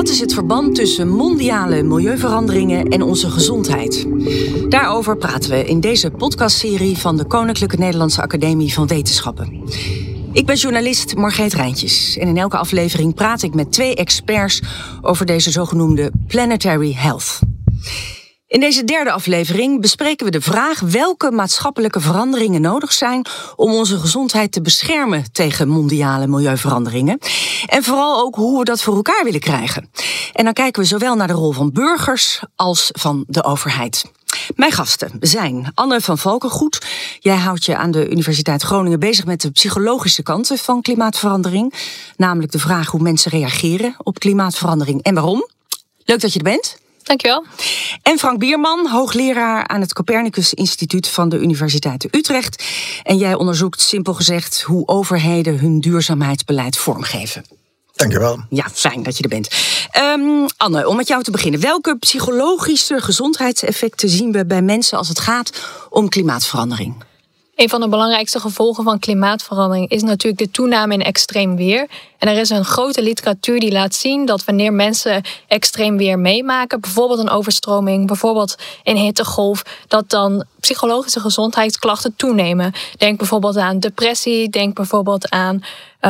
Wat is het verband tussen mondiale milieuveranderingen en onze gezondheid? Daarover praten we in deze podcastserie van de Koninklijke Nederlandse Academie van Wetenschappen. Ik ben journalist Margreet Rijntjes en in elke aflevering praat ik met 2 experts over deze zogenoemde planetary health. In deze derde aflevering bespreken we de vraag welke maatschappelijke veranderingen nodig zijn om onze gezondheid te beschermen tegen mondiale milieuveranderingen. En vooral ook hoe we dat voor elkaar willen krijgen. En dan kijken we zowel naar de rol van burgers als van de overheid. Mijn gasten zijn Anne van Valkengoed. Jij houdt je aan de Universiteit Groningen bezig met de psychologische kanten van klimaatverandering. Namelijk de vraag hoe mensen reageren op klimaatverandering en waarom. Leuk dat je er bent. Dankjewel. En Frank Bierman, hoogleraar aan het Copernicus Instituut van de Universiteit Utrecht. En jij onderzoekt simpel gezegd hoe overheden hun duurzaamheidsbeleid vormgeven. Dankjewel. Ja, fijn dat je er bent. Anne, om met jou te beginnen. Welke psychologische gezondheidseffecten zien we bij mensen als het gaat om klimaatverandering? Een van de belangrijkste gevolgen van klimaatverandering is natuurlijk de toename in extreem weer. En er is een grote literatuur die laat zien dat wanneer mensen extreem weer meemaken, bijvoorbeeld een overstroming, bijvoorbeeld een hittegolf, dat dan psychologische gezondheidsklachten toenemen. Denk bijvoorbeeld aan depressie, denk bijvoorbeeld aan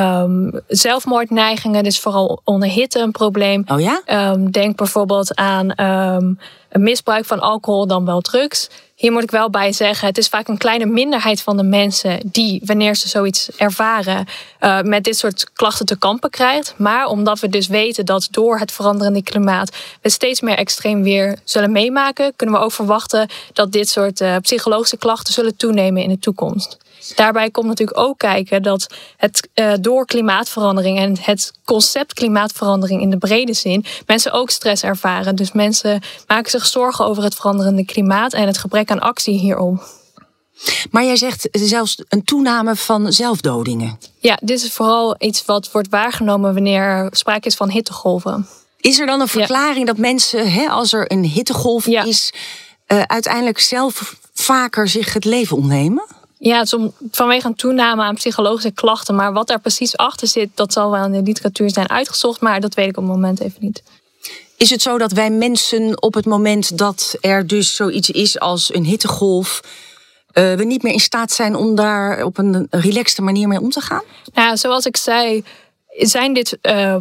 zelfmoordneigingen, dus vooral onder hitte een probleem. Oh ja? Denk bijvoorbeeld aan een misbruik van alcohol dan wel drugs. Hier moet ik wel bij zeggen, het is vaak een kleine minderheid van de mensen die, wanneer ze zoiets ervaren, met dit soort klachten te kampen krijgt. Maar omdat we dus weten dat door het veranderende klimaat we steeds meer extreem weer zullen meemaken, kunnen we ook verwachten dat dit soort psychologische klachten zullen toenemen in de toekomst. Daarbij komt natuurlijk ook kijken dat het door klimaatverandering en het concept klimaatverandering in de brede zin mensen ook stress ervaren. Dus mensen maken zich zorgen over het veranderende klimaat en het gebrek aan actie hierom. Maar jij zegt zelfs een toename van zelfdodingen. Ja, dit is vooral iets wat wordt waargenomen wanneer er sprake is van hittegolven. Is er dan een verklaring dat mensen, als er een hittegolf is, uiteindelijk zelf vaker zich het leven ontnemen? Ja, het is vanwege een toename aan psychologische klachten. Maar wat daar precies achter zit, dat zal wel in de literatuur zijn uitgezocht. Maar dat weet ik op het moment even niet. Is het zo dat wij mensen op het moment dat er dus zoiets is als een hittegolf, we niet meer in staat zijn om daar op een relaxte manier mee om te gaan? Nou, zoals ik zei, zijn dit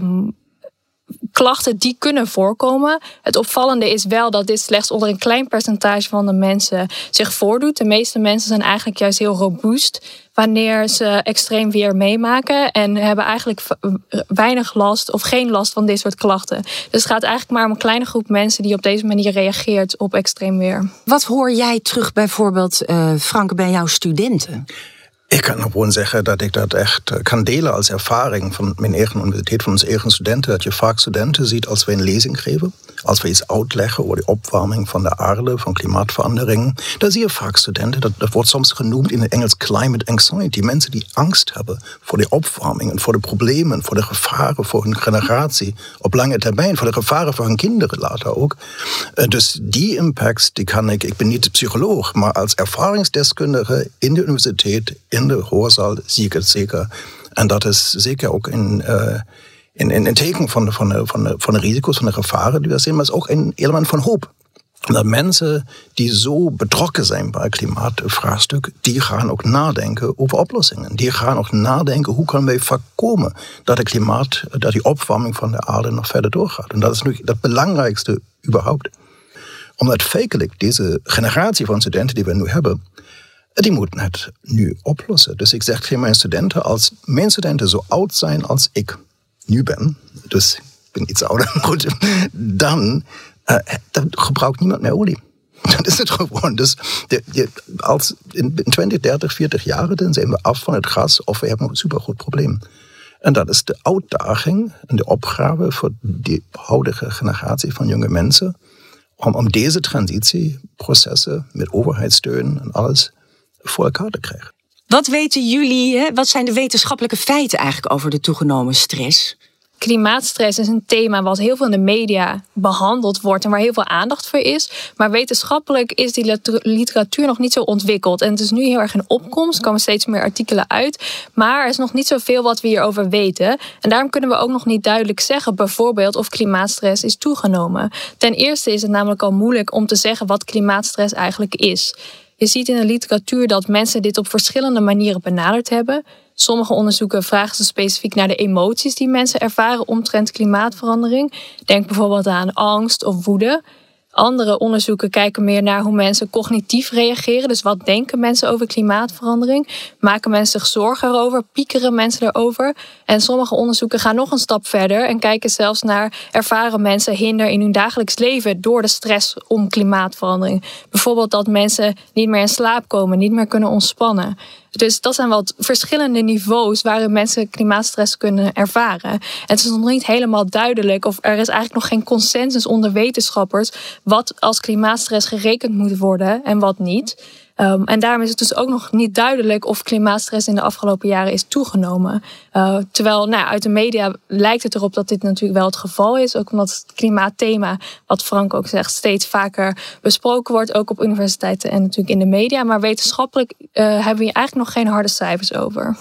klachten die kunnen voorkomen. Het opvallende is wel dat dit slechts onder een klein percentage van de mensen zich voordoet. De meeste mensen zijn eigenlijk juist heel robuust wanneer ze extreem weer meemaken en hebben eigenlijk weinig last of geen last van dit soort klachten. Dus het gaat eigenlijk maar om een kleine groep mensen die op deze manier reageert op extreem weer. Wat hoor jij terug bijvoorbeeld, Frank, bij jouw studenten? Ik kan gewoon zeggen dat ik dat echt kan delen als ervaring van mijn eigen universiteit, van onze eigen studenten. Dat je vaak studenten ziet als we een lezing geven, als we iets uitleggen over de opwarming van de aarde, van klimaatverandering. Dan zie je vaak studenten, dat wordt soms genoemd in het Engels climate anxiety. Mensen die angst hebben voor de opwarming en voor de problemen, voor de gevaren voor hun generatie op lange termijn, voor de gevaren voor hun kinderen later ook. Dus die impacts, die kan ik ben niet psycholoog, maar als ervaringsdeskundige in de universiteit, in de hoorzaal zie ik het zeker. En dat is zeker ook een teken van de risico's, van de gevaren die we zien, maar het is ook een element van hoop. Dat mensen die zo betrokken zijn bij het klimaatvraagstuk, die gaan ook nadenken over oplossingen. Die gaan ook nadenken hoe kunnen wij voorkomen dat die opwarming van de aarde nog verder doorgaat. En dat is nu het belangrijkste überhaupt. Omdat feitelijk deze generatie van studenten die we nu hebben, die moeten het nu oplossen. Dus ik zeg tegen mijn studenten, als mijn studenten zo oud zijn als ik nu ben, dus ik ben iets ouder, goed, dan gebruikt niemand meer olie. Dat is het gewoon. Dus als in 20, 30, 40 jaar, dan zijn we af van het gas of we hebben een supergoed probleem. En dat is de uitdaging en de opgave voor die huidige generatie van jonge mensen, om deze transitieprocessen met overheidssteun en alles voor elkaar te krijgen. Wat weten jullie, wat zijn de wetenschappelijke feiten eigenlijk over de toegenomen stress? klimaatstress is een thema wat heel veel in de media behandeld wordt en waar heel veel aandacht voor is. Maar wetenschappelijk is die literatuur nog niet zo ontwikkeld. En het is nu heel erg in opkomst. Er komen steeds meer artikelen uit. Maar er is nog niet zoveel wat we hierover weten. En daarom kunnen we ook nog niet duidelijk zeggen, bijvoorbeeld, of klimaatstress is toegenomen. Ten eerste is het namelijk al moeilijk om te zeggen wat klimaatstress eigenlijk is. Je ziet in de literatuur dat mensen dit op verschillende manieren benaderd hebben. Sommige onderzoeken vragen ze specifiek naar de emoties die mensen ervaren omtrent klimaatverandering. Denk bijvoorbeeld aan angst of woede. Andere onderzoeken kijken meer naar hoe mensen cognitief reageren. Dus wat denken mensen over klimaatverandering? Maken mensen zich zorgen erover? Piekeren mensen erover? En sommige onderzoeken gaan nog een stap verder en kijken zelfs naar, ervaren mensen hinder in hun dagelijks leven door de stress om klimaatverandering. Bijvoorbeeld dat mensen niet meer in slaap komen, niet meer kunnen ontspannen. Dus dat zijn wat verschillende niveaus waarin mensen klimaatstress kunnen ervaren. En het is nog niet helemaal duidelijk, of er is eigenlijk nog geen consensus onder wetenschappers wat als klimaatstress gerekend moet worden en wat niet. En daarom is het dus ook nog niet duidelijk of klimaatstress in de afgelopen jaren is toegenomen. Terwijl uit de media lijkt het erop dat dit natuurlijk wel het geval is. Ook omdat het klimaatthema, wat Frank ook zegt, steeds vaker besproken wordt. Ook op universiteiten en natuurlijk in de media. Maar wetenschappelijk hebben we hier eigenlijk nog geen harde cijfers over.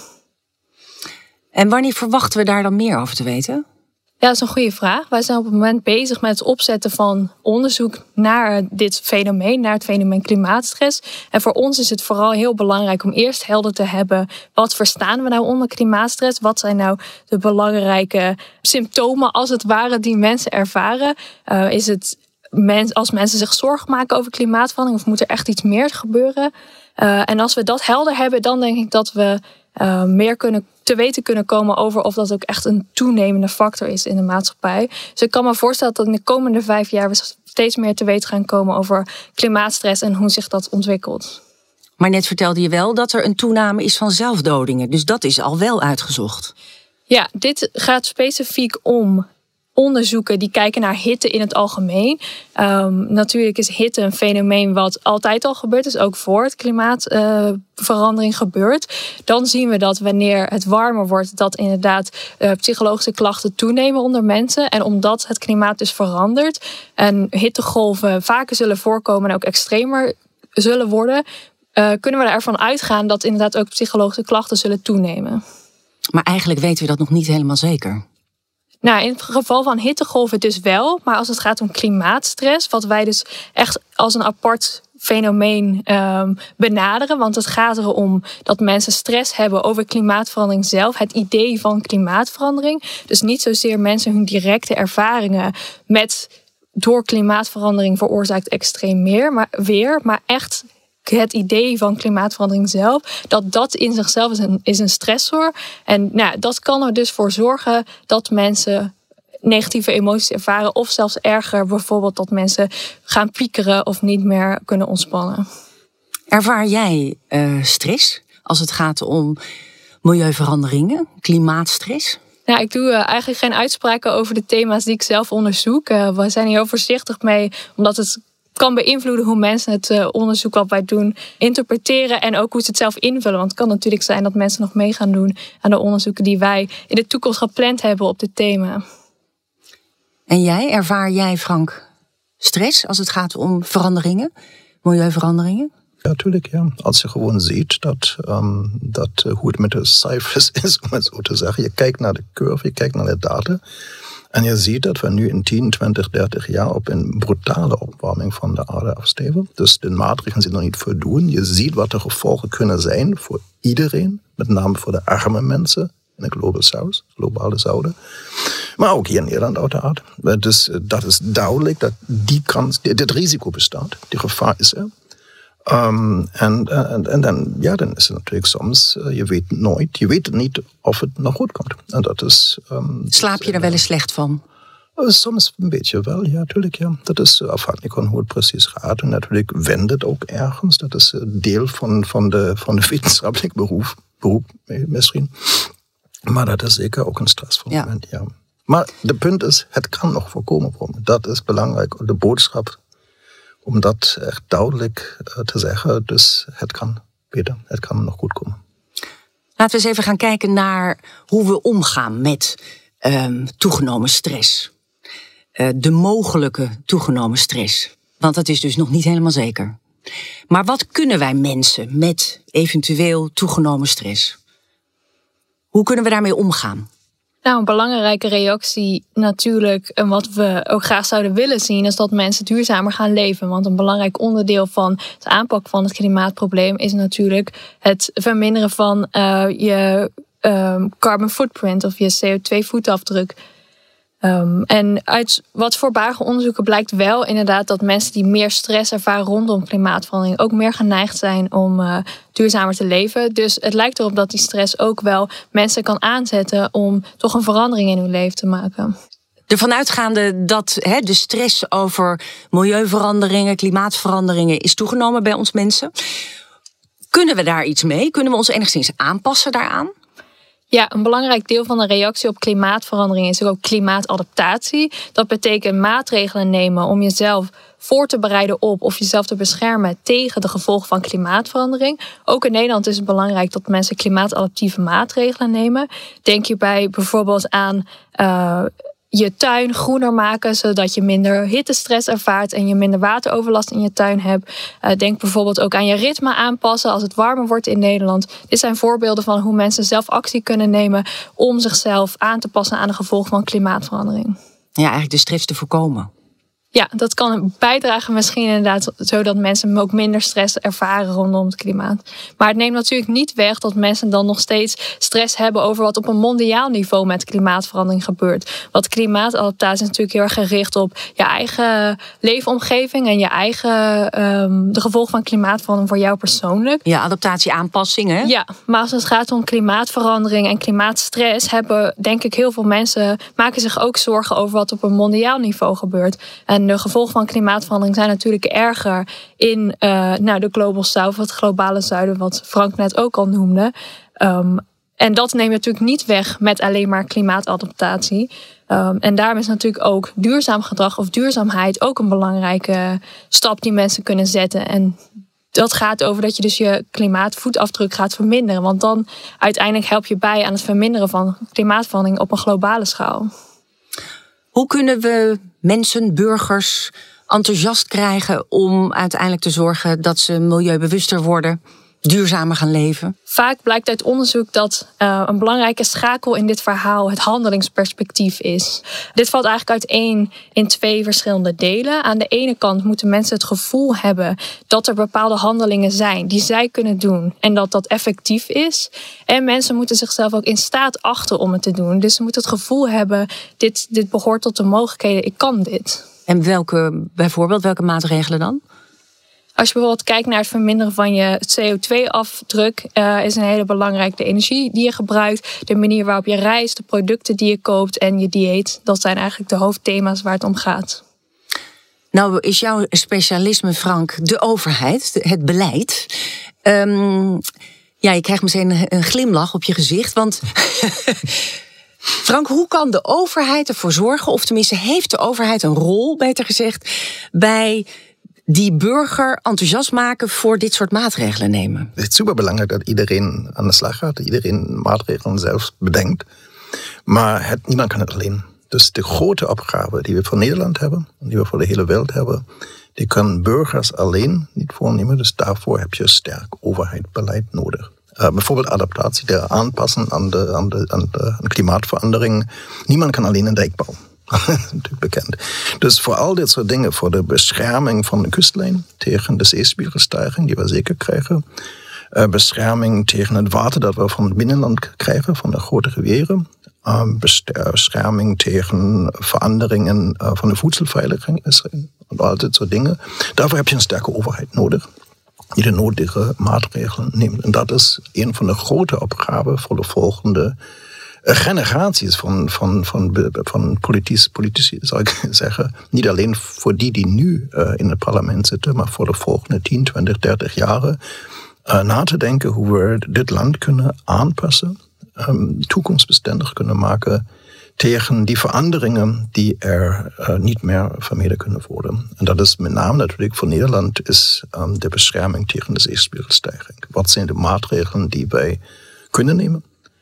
En wanneer verwachten we daar dan meer over te weten? Ja, dat is een goede vraag. Wij zijn op het moment bezig met het opzetten van onderzoek naar dit fenomeen, naar het fenomeen klimaatstress. En voor ons is het vooral heel belangrijk om eerst helder te hebben, wat verstaan we nou onder klimaatstress? Wat zijn nou de belangrijke symptomen, als het ware, die mensen ervaren? Is het als mensen zich zorgen maken over klimaatverandering, of moet er echt iets meer gebeuren? En als we dat helder hebben, dan denk ik dat we meer te weten kunnen komen over of dat ook echt een toenemende factor is in de maatschappij. Dus ik kan me voorstellen dat in de komende 5 jaar we steeds meer te weten gaan komen over klimaatstress en hoe zich dat ontwikkelt. Maar net vertelde je wel dat er een toename is van zelfdodingen. Dus dat is al wel uitgezocht. Ja, dit gaat specifiek om onderzoeken die kijken naar hitte in het algemeen. Natuurlijk is hitte een fenomeen wat altijd al gebeurt, dus ook voor het klimaatverandering gebeurt. Dan zien we dat wanneer het warmer wordt, dat inderdaad psychologische klachten toenemen onder mensen. En omdat het klimaat dus verandert en hittegolven vaker zullen voorkomen en ook extremer zullen worden, kunnen we ervan uitgaan dat inderdaad ook psychologische klachten zullen toenemen. Maar eigenlijk weten we dat nog niet helemaal zeker. Nou, in het geval van hittegolven dus wel. Maar als het gaat om klimaatstress, wat wij dus echt als een apart fenomeen benaderen. Want het gaat erom dat mensen stress hebben over klimaatverandering zelf. Het idee van klimaatverandering. Dus niet zozeer mensen hun directe ervaringen met door klimaatverandering veroorzaakt extreem weer. Maar echt het idee van klimaatverandering zelf, dat in zichzelf is een stressor. En dat kan er dus voor zorgen dat mensen negatieve emoties ervaren. Of zelfs erger, bijvoorbeeld dat mensen gaan piekeren of niet meer kunnen ontspannen. Ervaar jij stress als het gaat om milieuveranderingen, klimaatstress? Nou, ik doe eigenlijk geen uitspraken over de thema's die ik zelf onderzoek. We zijn hier heel voorzichtig mee, omdat het kan beïnvloeden hoe mensen het onderzoek wat wij doen interpreteren en ook hoe ze het zelf invullen. Want het kan natuurlijk zijn dat mensen nog mee gaan doen aan de onderzoeken die wij in de toekomst gepland hebben op dit thema. En ervaar jij, Frank, stress als het gaat om veranderingen, milieuveranderingen? Ja, natuurlijk, ja. Als je gewoon ziet dat hoe het met de cijfers is, om het zo te zeggen. Je kijkt naar de curve, je kijkt naar de data. En je ziet dat we nu in 10, 20, 30 jaar op een brutale opwarming van de aarde afsteven. Dus de maatregelen zijn nog niet voldoende. Je ziet wat de gevolgen kunnen zijn voor iedereen. Met name voor de arme mensen in de globale zuiden. Maar ook hier in Nederland uiteraard. Dus dat is duidelijk dat die kans, dit risico bestaat. Die gevaar is er. En dan is het natuurlijk soms, je weet het niet of het nog goed komt. En dat is, slaap je er wel eens slecht van? Soms een beetje wel, ja, natuurlijk. Ja. Dat is afhankelijk van hoe het precies gaat. En natuurlijk wendt het ook ergens. Dat is deel van de wetenschappelijk beroep misschien. Maar dat is zeker ook een stressvol moment, ja. Maar de punt is, het kan nog voorkomen worden. Dat is belangrijk, de boodschap. Om dat echt duidelijk te zeggen. Dus het kan beter, het kan nog goed komen. Laten we eens even gaan kijken naar hoe we omgaan met toegenomen stress. De mogelijke toegenomen stress. Want dat is dus nog niet helemaal zeker. Maar wat kunnen wij mensen met eventueel toegenomen stress? Hoe kunnen we daarmee omgaan? Nou, een belangrijke reactie natuurlijk, en wat we ook graag zouden willen zien, is dat mensen duurzamer gaan leven. Want een belangrijk onderdeel van het aanpakken van het klimaatprobleem is natuurlijk het verminderen van je carbon footprint of je CO2-voetafdruk. En uit wat voorbarige onderzoeken blijkt wel inderdaad dat mensen die meer stress ervaren rondom klimaatverandering ook meer geneigd zijn om duurzamer te leven. Dus het lijkt erop dat die stress ook wel mensen kan aanzetten om toch een verandering in hun leven te maken. Ervan uitgaande dat de stress over milieuveranderingen, klimaatveranderingen is toegenomen bij ons mensen. Kunnen we daar iets mee? Kunnen we ons enigszins aanpassen daaraan? Ja, een belangrijk deel van de reactie op klimaatverandering is ook klimaatadaptatie. Dat betekent maatregelen nemen om jezelf voor te bereiden op of jezelf te beschermen tegen de gevolgen van klimaatverandering. Ook in Nederland is het belangrijk dat mensen klimaatadaptieve maatregelen nemen. Denk hierbij bijvoorbeeld aan je tuin groener maken, zodat je minder hittestress ervaart en je minder wateroverlast in je tuin hebt. Denk bijvoorbeeld ook aan je ritme aanpassen als het warmer wordt in Nederland. Dit zijn voorbeelden van hoe mensen zelf actie kunnen nemen om zichzelf aan te passen aan de gevolgen van klimaatverandering. Ja, eigenlijk de stress te voorkomen. Ja, dat kan bijdragen misschien inderdaad zodat mensen ook minder stress ervaren rondom het klimaat. Maar het neemt natuurlijk niet weg dat mensen dan nog steeds stress hebben over wat op een mondiaal niveau met klimaatverandering gebeurt. Want klimaatadaptatie is natuurlijk heel erg gericht op je eigen leefomgeving en je eigen de gevolgen van klimaatverandering voor jou persoonlijk. Ja, adaptatie, aanpassing, hè? Ja, maar als het gaat om klimaatverandering en klimaatstress hebben, denk ik, heel veel mensen maken zich ook zorgen over wat op een mondiaal niveau gebeurt. En de gevolgen van klimaatverandering zijn natuurlijk erger in de Global South, het globale zuiden, wat Frank net ook al noemde. En dat neemt natuurlijk niet weg met alleen maar klimaatadaptatie. En daarom is natuurlijk ook duurzaam gedrag of duurzaamheid ook een belangrijke stap die mensen kunnen zetten. En dat gaat over dat je dus je klimaatvoetafdruk gaat verminderen. Want dan uiteindelijk help je bij aan het verminderen van klimaatverandering op een globale schaal. Hoe kunnen we mensen, burgers, enthousiast krijgen om uiteindelijk te zorgen dat ze milieubewuster worden, duurzamer gaan leven? Vaak blijkt uit onderzoek dat een belangrijke schakel in dit verhaal het handelingsperspectief is. Dit valt eigenlijk uiteen in 2 verschillende delen. Aan de ene kant moeten mensen het gevoel hebben dat er bepaalde handelingen zijn die zij kunnen doen en dat dat effectief is. En mensen moeten zichzelf ook in staat achten om het te doen. Dus ze moeten het gevoel hebben, dit behoort tot de mogelijkheden, ik kan dit. En welke maatregelen dan? Als je bijvoorbeeld kijkt naar het verminderen van je CO2-afdruk, is een hele belangrijke de energie die je gebruikt, de manier waarop je reist, de producten die je koopt en je dieet. Dat zijn eigenlijk de hoofdthema's waar het om gaat. Nou is jouw specialisme, Frank, de overheid, het beleid. Je krijgt meteen een glimlach op je gezicht, want Frank, hoe kan de overheid ervoor zorgen, of tenminste heeft de overheid een rol, beter gezegd, bij die burger enthousiast maken voor dit soort maatregelen nemen? Het is superbelangrijk dat iedereen aan de slag gaat, dat iedereen maatregelen zelf bedenkt. Maar niemand kan het alleen. Dus de grote opgave die we voor Nederland hebben, en die we voor de hele wereld hebben, die kan burgers alleen niet voornemen. Dus daarvoor heb je sterk overheidsbeleid nodig. Bijvoorbeeld adaptatie, de aanpassen aan klimaatverandering. Niemand kan alleen een dijk bouwen. Dat is natuurlijk bekend. Dus voor al dit soort dingen, voor de bescherming van de kustlijn tegen de zeespiegelstijging, die we zeker krijgen, bescherming tegen het water dat we van het binnenland krijgen, van de grote rivieren, bescherming tegen veranderingen van de voedselveiligheid en al dit soort dingen. Daarvoor heb je een sterke overheid nodig, die de nodige maatregelen neemt. En dat is een van de grote opgaven voor de volgende generaties van politici, zou ik zeggen. Niet alleen voor die nu in het parlement zitten, maar voor de volgende 10, 20, 30 jaren na te denken hoe we dit land kunnen aanpassen, toekomstbestendig kunnen maken tegen die veranderingen die er niet meer vermeden kunnen worden. En dat is met name natuurlijk voor Nederland is de bescherming tegen de zeespiegelstijging. Wat zijn de maatregelen die wij kunnen nemen?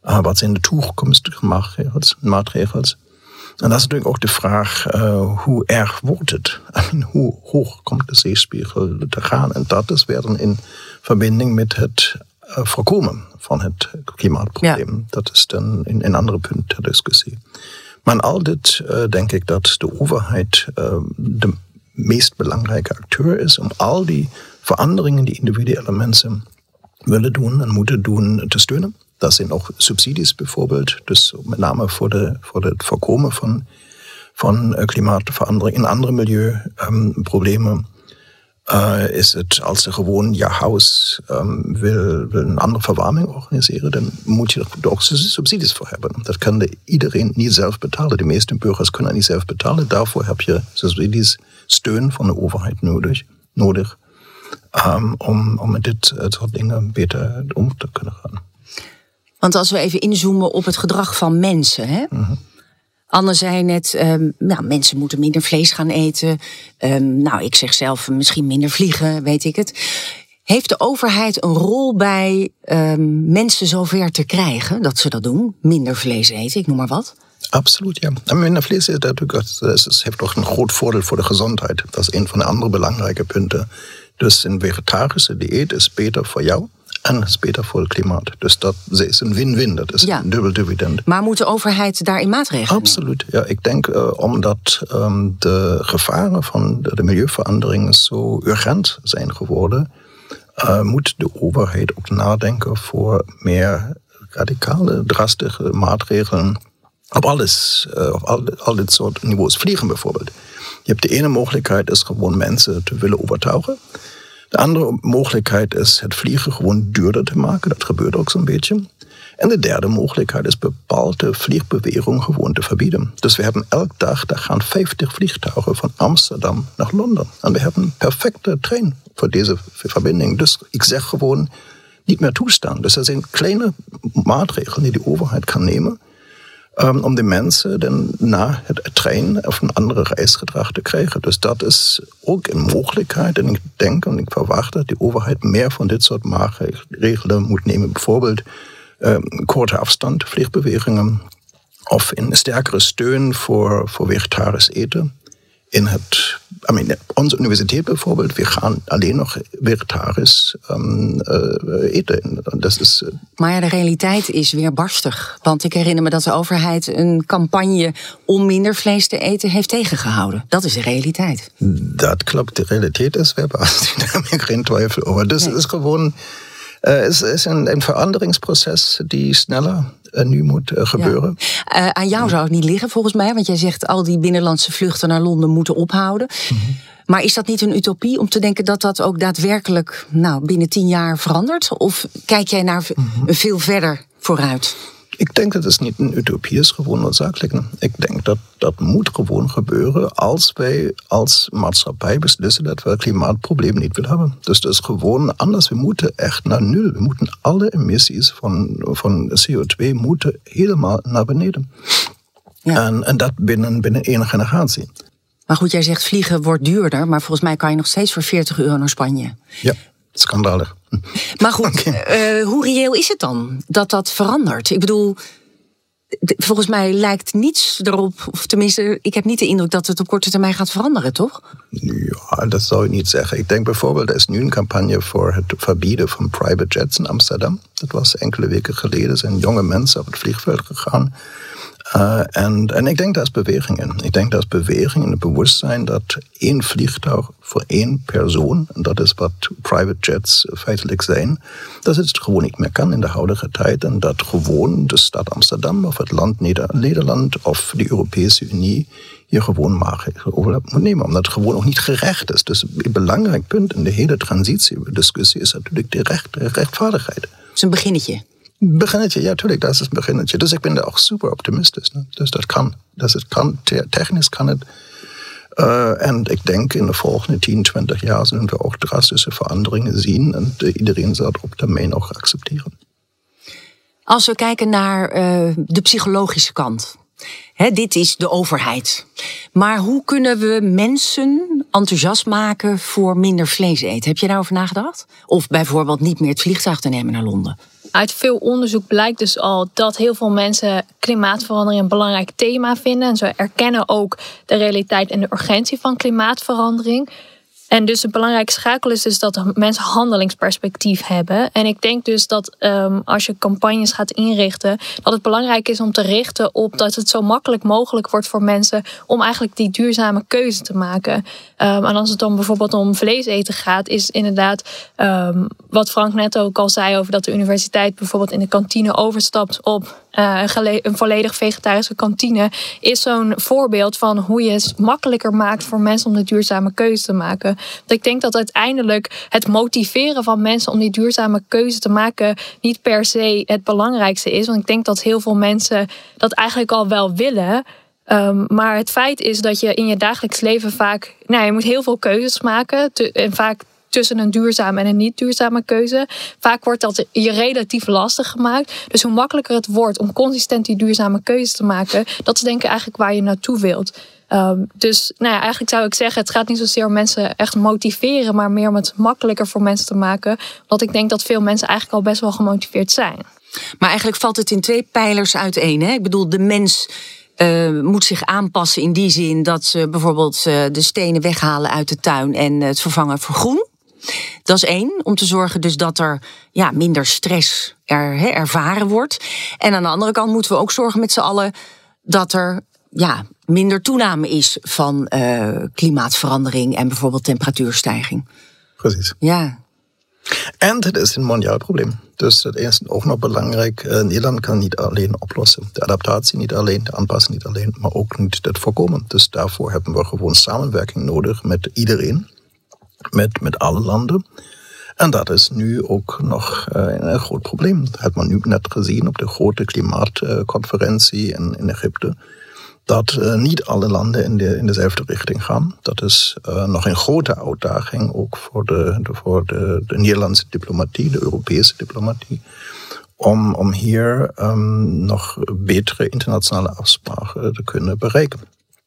Wat zijn de toekomstige maatregels? En dat is natuurlijk ook de vraag, hoe erg wordt het? Hoe hoog komt de zeespiegel te gaan? En dat is weer dan in verbinding met het voorkomen van het klimaatprobleem. Ja. Dat is dan een andere punt ter discussie. Maar in al dit denk ik dat de overheid de meest belangrijke acteur is om al die veranderingen die individuele mensen willen doen en moeten doen te steunen. Dat zijn ook subsidies bijvoorbeeld, dus met name voor het voorkomen van klimaatverandering. In andere milieuproblemen is het, als je gewoon je huis wil een andere verwarming organiseren, dan moet je er ook subsidies voor hebben. Dat kan iedereen niet zelf betalen. De meeste burgers kunnen niet zelf betalen. Daarvoor heb je subsidies, steun van de overheid nodig om met dit soort dingen beter om te kunnen gaan. Want als we even inzoomen op het gedrag van mensen, hè? Mm-hmm. Anne zei net, mensen moeten minder vlees gaan eten. Ik zeg zelf misschien minder vliegen, weet ik het. Heeft de overheid een rol bij mensen zover te krijgen dat ze dat doen? Minder vlees eten, ik noem maar wat. Absoluut, ja. En minder vlees eten, dat heeft toch een groot voordeel voor de gezondheid. Dat is een van de andere belangrijke punten. Dus een vegetarische dieet is beter voor jou. En het is beter voor het klimaat. Dus dat is een win-win. Dat is een dubbel dividend. Maar moet de overheid daarin maatregelen nemen? Absoluut. Ja, ik denk omdat de gevaren van de milieuverandering zo urgent zijn geworden, moet de overheid ook nadenken voor meer radicale, drastische maatregelen op alles, op al dit soort niveaus. Vliegen bijvoorbeeld. Je hebt de ene mogelijkheid is gewoon mensen te willen overtuigen. De andere mogelijkheid is het vliegen gewoon duurder te maken. Dat gebeurt ook zo'n beetje. En de derde mogelijkheid is bepaalde vliegbewegingen gewoon te verbieden. Dus we hebben elke dag, daar gaan 50 vliegtuigen van Amsterdam naar Londen. En we hebben een perfecte trein voor deze verbinding. Dus ik zeg gewoon niet meer toestaan. Dus dat zijn kleine maatregelen die de overheid kan nemen om de mensen dan na het trein of een andere reisgedrag te krijgen. Dus dat is ook een mogelijkheid. En ik denk en ik verwacht dat de overheid meer van dit soort maatregelen moet nemen. Bijvoorbeeld korte afstand vliegbewegingen of een sterkere steun voor vegetarisch eten. Onze universiteit bijvoorbeeld, we gaan alleen nog vegetarisch eten. Maar ja, de realiteit is weer barstig. Want ik herinner me dat de overheid een campagne om minder vlees te eten heeft tegengehouden. Dat is de realiteit. Dat klopt, de realiteit is weer barstig. Daar heb ik geen twijfel over. Dus het is gewoon is een veranderingsproces die sneller nu moet gebeuren. Ja. Aan jou zou het niet liggen volgens mij, want jij zegt al die binnenlandse vluchten naar Londen moeten ophouden. Mm-hmm. Maar is dat niet een utopie om te denken dat dat ook daadwerkelijk binnen 10 jaar verandert? Of kijk jij naar veel verder vooruit? Ik denk dat het niet een utopie is, gewoon noodzakelijk. Ik denk dat dat moet gewoon gebeuren als wij als maatschappij beslissen dat we het klimaatprobleem niet willen hebben. Dus dat is gewoon anders. We moeten echt naar nul. We moeten alle emissies van CO2 moeten helemaal naar beneden. Ja. En dat binnen 1 generatie. Maar goed, jij zegt vliegen wordt duurder, maar volgens mij kan je nog steeds voor €40 naar Spanje. Ja. Schandalig. Maar goed, hoe reëel is het dan dat dat verandert? Ik bedoel, volgens mij lijkt niets erop, of tenminste, ik heb niet de indruk dat het op korte termijn gaat veranderen, toch? Ja, dat zou ik niet zeggen. Ik denk bijvoorbeeld, er is nu een campagne voor het verbieden van private jets in Amsterdam. Dat was enkele weken geleden, zijn jonge mensen op het vliegveld gegaan. En ik denk daar is beweging in. Ik denk daar is beweging in het bewustzijn dat 1 vliegtuig voor 1 persoon, en dat is wat private jets feitelijk zijn, dat het gewoon niet meer kan in de huidige tijd. En dat gewoon de stad Amsterdam of het land Nederland of de Europese Unie hier gewoon maatregelen over moet nemen. Omdat het gewoon ook niet gerecht is. Dus een belangrijk punt in de hele transitiediscussie is natuurlijk de rechtvaardigheid. Het is een beginnetje. Beginnetje, ja, tuurlijk, dat is het beginnetje. Dus ik ben daar ook super optimistisch. Ne? Dus dat kan. Technisch kan het. En ik denk in de volgende 10, 20 jaar zullen we ook drastische veranderingen zien. En iedereen zal het op termijn ook accepteren. Als we kijken naar de psychologische kant. Dit is de overheid. Maar hoe kunnen we mensen enthousiast maken voor minder vlees eten? Heb je daarover nagedacht? Of bijvoorbeeld niet meer het vliegtuig te nemen naar Londen? Uit veel onderzoek blijkt dus al dat heel veel mensen klimaatverandering een belangrijk thema vinden. En ze erkennen ook de realiteit en de urgentie van klimaatverandering. En dus een belangrijke schakel is dus dat mensen handelingsperspectief hebben. En ik denk dus dat als je campagnes gaat inrichten, dat het belangrijk is om te richten op dat het zo makkelijk mogelijk wordt voor mensen om eigenlijk die duurzame keuze te maken. En als het dan bijvoorbeeld om vlees eten gaat, is inderdaad wat Frank net ook al zei over dat de universiteit bijvoorbeeld in de kantine overstapt op een volledig vegetarische kantine, is zo'n voorbeeld van hoe je het makkelijker maakt voor mensen om de duurzame keuze te maken. Want ik denk dat uiteindelijk het motiveren van mensen om die duurzame keuze te maken niet per se het belangrijkste is. Want ik denk dat heel veel mensen dat eigenlijk al wel willen. Maar het feit is dat je in je dagelijks leven vaak, je moet heel veel keuzes maken. En vaak tussen een duurzame en een niet duurzame keuze. Vaak wordt dat je relatief lastig gemaakt. Dus hoe makkelijker het wordt om consistent die duurzame keuze te maken, dat is denk ik eigenlijk waar je naartoe wilt. Dus eigenlijk zou ik zeggen, het gaat niet zozeer om mensen echt motiveren, maar meer om het makkelijker voor mensen te maken. Want ik denk dat veel mensen eigenlijk al best wel gemotiveerd zijn. Maar eigenlijk valt het in 2 pijlers uiteen. Hè? Ik bedoel, de mens moet zich aanpassen in die zin dat ze bijvoorbeeld de stenen weghalen uit de tuin en het vervangen voor groen. Dat is 1, om te zorgen dus dat er minder stress ervaren wordt. En aan de andere kant moeten we ook zorgen met z'n allen dat er minder toename is van klimaatverandering en bijvoorbeeld temperatuurstijging. Precies. Ja. En het is een mondiaal probleem. Dus dat is ook nog belangrijk. Nederland kan niet alleen oplossen. De adaptatie niet alleen, de aanpassing niet alleen, maar ook niet het voorkomen. Dus daarvoor hebben we gewoon samenwerking nodig met iedereen. Met alle landen. En dat is nu ook nog een groot probleem. Dat had man nu net gezien op de grote klimaatconferentie in Egypte. Dat niet alle landen in dezelfde richting gaan. Dat is nog een grote uitdaging ook voor de Nederlandse diplomatie, de Europese diplomatie. Om hier nog betere internationale afspraken te kunnen bereiken.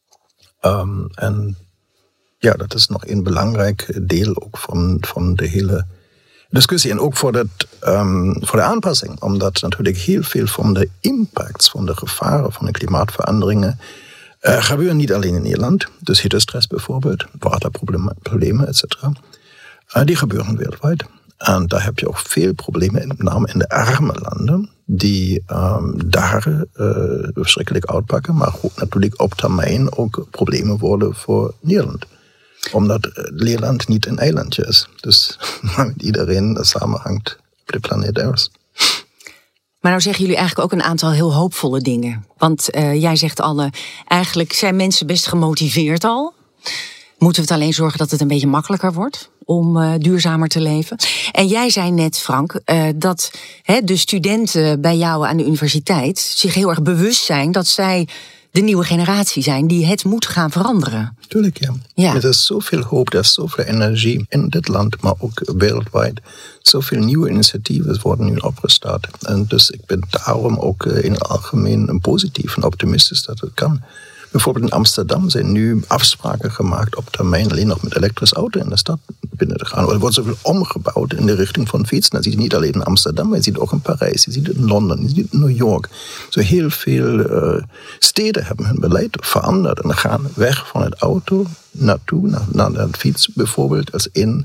En dat is nog een belangrijk deel ook van de hele discussie. En ook voor de aanpassing. Omdat natuurlijk heel veel van de impacts, van de gevaren van de klimaatveranderingen gebeuren niet alleen in Nederland. Dus hittestress bijvoorbeeld, waterproblemen, etc. Die gebeuren wereldwijd. En daar heb je ook veel problemen, met name in de arme landen, die daar verschrikkelijk uitpakken. Maar ook natuurlijk op termijn ook problemen worden voor Nederland. Omdat Nederland niet een eilandje is. Dus met iedereen samenhangt op de planeet Earth. Maar nou zeggen jullie eigenlijk ook een aantal heel hoopvolle dingen. Want jij zegt eigenlijk zijn mensen best gemotiveerd al. Moeten we het alleen zorgen dat het een beetje makkelijker wordt om duurzamer te leven? En jij zei net, Frank, dat de studenten bij jou aan de universiteit zich heel erg bewust zijn dat zij de nieuwe generatie zijn die het moet gaan veranderen. Tuurlijk, ja. Er is zoveel hoop, er is zoveel energie in dit land, maar ook wereldwijd. Zoveel nieuwe initiatieven worden nu opgestart. En dus ik ben daarom ook in het algemeen positief en optimistisch dat het kan. Bijvoorbeeld in Amsterdam zijn nu afspraken gemaakt op termijn alleen nog met elektrische auto in de stad binnen te gaan. Er wordt zoveel omgebouwd in de richting van fietsen. Dat zie je niet alleen in Amsterdam, maar je ziet het ook in Parijs, je ziet het in Londen, je ziet het in New York. Zo heel veel steden hebben hun beleid veranderd en gaan weg van het auto naartoe, naar de fiets bijvoorbeeld, als in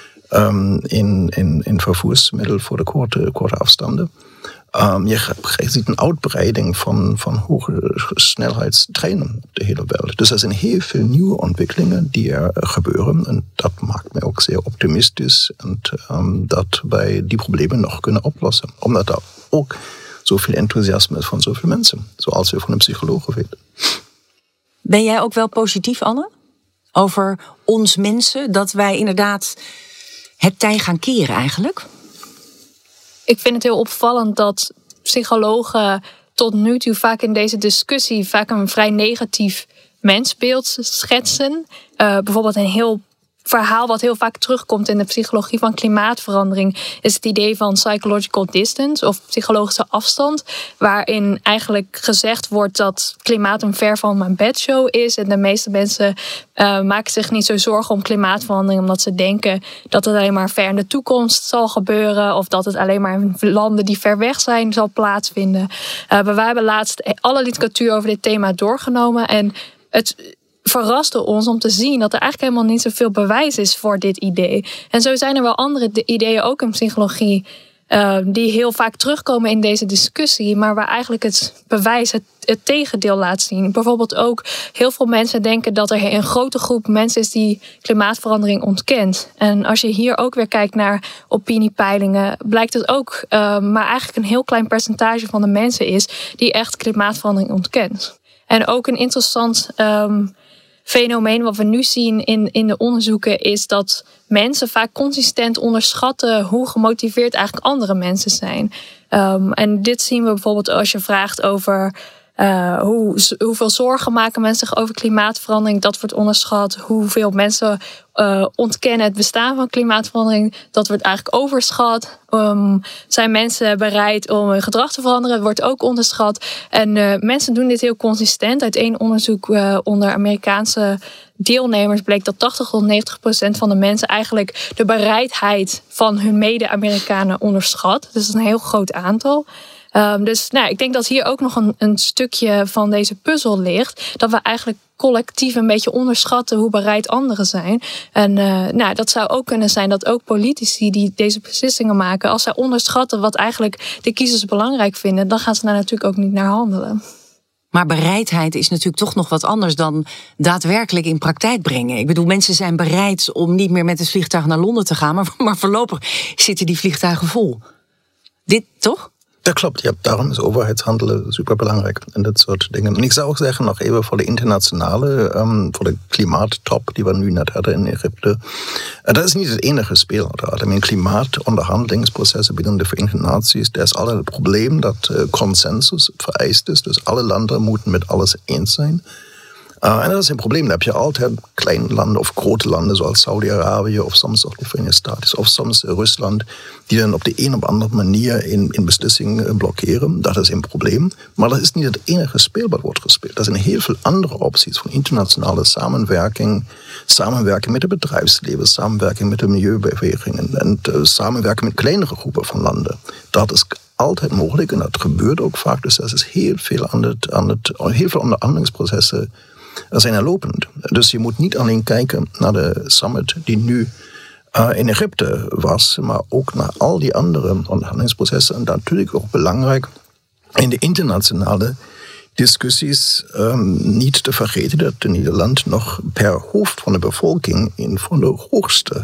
vervoersmiddel voor de korte afstanden. Je ziet een uitbreiding van hoge snelheidstreinen op de hele wereld. Dus er zijn heel veel nieuwe ontwikkelingen die er gebeuren. En dat maakt mij ook zeer optimistisch. En dat wij die problemen nog kunnen oplossen. Omdat er ook zoveel enthousiasme is van zoveel mensen. Zoals we van een psycholoog weten. Ben jij ook wel positief, Anne? Over ons mensen, dat wij inderdaad het tij gaan keren eigenlijk? Ik vind het heel opvallend dat psychologen tot nu toe vaak in deze discussie vaak een vrij negatief mensbeeld schetsen. Bijvoorbeeld een heel verhaal wat heel vaak terugkomt in de psychologie van klimaatverandering is het idee van psychological distance of psychologische afstand, waarin eigenlijk gezegd wordt dat klimaat een ver van mijn bedshow is en de meeste mensen maken zich niet zo zorgen om klimaatverandering omdat ze denken dat het alleen maar ver in de toekomst zal gebeuren of dat het alleen maar in landen die ver weg zijn zal plaatsvinden. Wij hebben laatst alle literatuur over dit thema doorgenomen en het verraste ons om te zien dat er eigenlijk helemaal niet zoveel bewijs is voor dit idee. En zo zijn er wel andere ideeën ook in psychologie die heel vaak terugkomen in deze discussie, maar waar eigenlijk het bewijs het tegendeel laat zien. Bijvoorbeeld ook heel veel mensen denken dat er een grote groep mensen is die klimaatverandering ontkent. En als je hier ook weer kijkt naar opiniepeilingen, blijkt het ook maar eigenlijk een heel klein percentage van de mensen is die echt klimaatverandering ontkent. En ook een interessant fenomeen wat we nu zien in de onderzoeken is dat mensen vaak consistent onderschatten hoe gemotiveerd eigenlijk andere mensen zijn. En dit zien we bijvoorbeeld als je vraagt over hoeveel zorgen maken mensen zich over klimaatverandering. Dat wordt onderschat. Hoeveel mensen ontkennen het bestaan van klimaatverandering. Dat wordt eigenlijk overschat. Zijn mensen bereid om hun gedrag te veranderen? Dat wordt ook onderschat. En mensen doen dit heel consistent. Uit één onderzoek onder Amerikaanse deelnemers bleek dat 80-90% van de mensen eigenlijk de bereidheid van hun mede-Amerikanen onderschat. Dus dat is een heel groot aantal. Dus ik denk dat hier ook nog een stukje van deze puzzel ligt. Dat we eigenlijk collectief een beetje onderschatten hoe bereid anderen zijn. En dat zou ook kunnen zijn dat ook politici die deze beslissingen maken, als zij onderschatten wat eigenlijk de kiezers belangrijk vinden, dan gaan ze daar natuurlijk ook niet naar handelen. Maar bereidheid is natuurlijk toch nog wat anders dan daadwerkelijk in praktijk brengen. Ik bedoel, mensen zijn bereid om niet meer met het vliegtuig naar Londen te gaan, maar voorlopig zitten die vliegtuigen vol. Dit toch? Dat klopt, ja. Daarom is overheidshandelen superbelangrijk en dat soort dingen. En ik zou ook zeggen, nog even voor de internationale, voor de klimaattop die we nu net hadden in Egypte. Dat is niet het enige speel. In klimaatonderhandelingsprocessen binnen de Verenigde Naties, daar is altijd het probleem dat consensus vereist is. Dus alle landen moeten met alles eens zijn. En dat is een probleem. Dan heb je altijd kleine landen of grote landen zoals Saudi-Arabië of soms ook de Verenigde Staten of soms Rusland, die dan op de een of andere manier in beslissingen blokkeren. Dat is een probleem. Maar dat is niet het enige spel wat wordt gespeeld. Er zijn heel veel andere opties van internationale samenwerking. Samenwerking met het bedrijfsleven, samenwerking met de milieubewegingen en samenwerking met kleinere groepen van landen. Dat is altijd mogelijk en dat gebeurt ook vaak. Dus er is heel veel heel veel onderhandelingsprocessen zijn er lopend. Dus je moet niet alleen kijken naar de summit die nu in Egypte was, maar ook naar al die andere onderhandelingsprocessen. En natuurlijk ook belangrijk in de internationale discussies niet te vergeten dat Nederland nog per hoofd van de bevolking een van de hoogste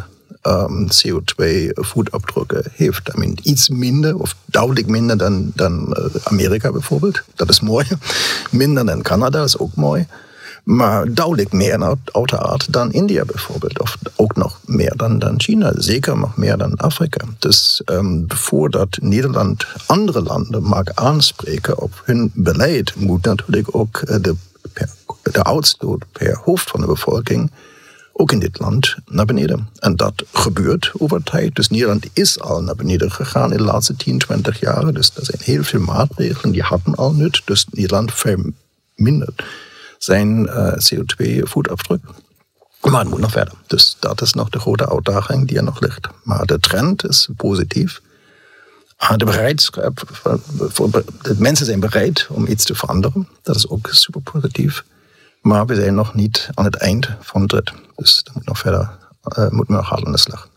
CO2-voetafdrukken heeft. Iets minder of duidelijk minder dan Amerika bijvoorbeeld. Dat is mooi. Minder dan Canada is ook mooi. Maar duidelijk meer uiteraard dan India bijvoorbeeld. Of ook nog meer dan China. Zeker nog meer dan Afrika. Dus voordat Nederland andere landen mag aanspreken op hun beleid, moet natuurlijk ook de uitstoot per hoofd van de bevolking ook in dit land naar beneden. En dat gebeurt over tijd. Dus Nederland is al naar beneden gegaan in de laatste 10, 20 jaar. Dus er zijn heel veel maatregelen die hadden al nut. Dus Nederland vermindert zijn CO2-voetafdruk. Maar het moet nog verder. Dus dat is nog de grote uitdaging die er nog ligt. Maar de trend is positief. De bereidschap, de mensen zijn bereid om iets te veranderen. Dat is ook super positief. Maar we zijn nog niet aan het eind van het rit. Dus dat moet nog verder, moeten we nog hard aan de slag.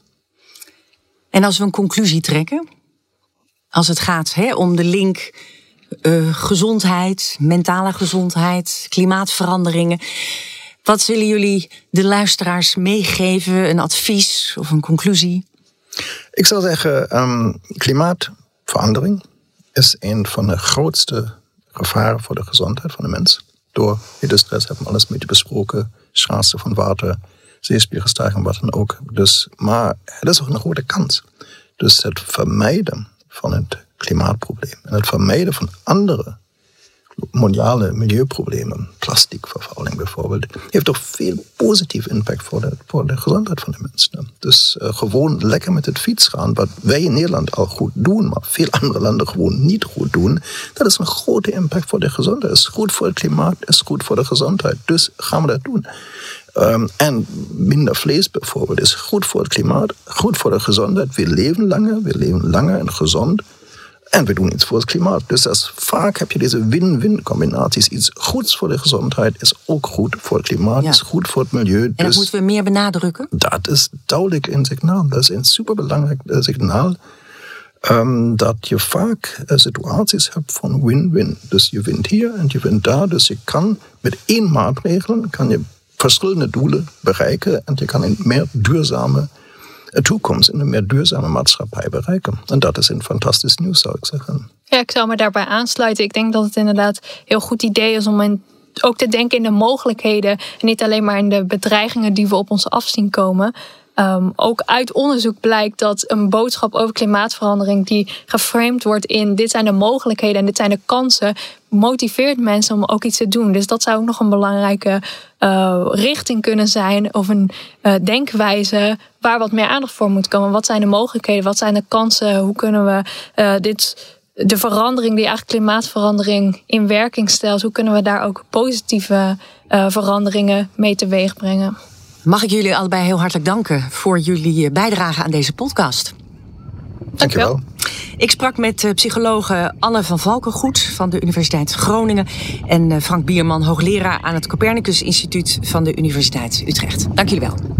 En als we een conclusie trekken, als het gaat om de link gezondheid, mentale gezondheid, klimaatveranderingen. Wat willen jullie de luisteraars meegeven? Een advies of een conclusie? Ik zou zeggen, klimaatverandering is een van de grootste gevaren voor de gezondheid van de mens. Door hittestress hebben we alles mee besproken, schaarste van water, zeespiegelstijging, wat dan ook. Dus, maar het is ook een grote kans. Dus het vermijden van het klimaatprobleem en het vermijden van andere mondiale milieuproblemen, plasticvervuiling bijvoorbeeld, heeft toch veel positief impact voor de gezondheid van de mensen. Dus gewoon lekker met het fiets gaan, wat wij in Nederland al goed doen, maar veel andere landen gewoon niet goed doen, dat is een grote impact voor de gezondheid. Het is goed voor het klimaat, het is goed voor de gezondheid. Dus gaan we dat doen. En minder vlees bijvoorbeeld is goed voor het klimaat, goed voor de gezondheid. We leven langer en gezond. En we doen iets voor het klimaat. Dus vaak heb je deze win-win combinaties. Iets goeds voor de gezondheid is ook goed voor het klimaat, is goed voor het milieu. En dat moeten we meer benadrukken? Dat is duidelijk een signaal. Dat is een superbelangrijk signaal. Dat je vaak situaties hebt van win-win. Dus je wint hier en je wint daar. Dus je kan met één maatregel verschillende doelen bereiken. En je kan een meer duurzame toekomst in een meer duurzame maatschappij bereiken. En dat is een fantastisch nieuws, zou ik zeggen. Ja, ik zou me daarbij aansluiten. Ik denk dat het inderdaad een heel goed idee is om ook te denken in de mogelijkheden en niet alleen maar in de bedreigingen die we op ons af zien komen. Ook uit onderzoek blijkt dat een boodschap over klimaatverandering die geframed wordt in dit zijn de mogelijkheden en dit zijn de kansen, motiveert mensen om ook iets te doen. Dus dat zou ook nog een belangrijke richting kunnen zijn of een denkwijze waar wat meer aandacht voor moet komen. Wat zijn de mogelijkheden? Wat zijn de kansen? Hoe kunnen we de verandering die eigenlijk klimaatverandering in werking stelt, hoe kunnen we daar ook positieve veranderingen mee teweeg brengen? Mag ik jullie allebei heel hartelijk danken voor jullie bijdrage aan deze podcast. Dankjewel. Ik sprak met psychologe Anne van Valkengoed van de Universiteit Groningen en Frank Bierman, hoogleraar aan het Copernicus Instituut van de Universiteit Utrecht. Dank jullie wel.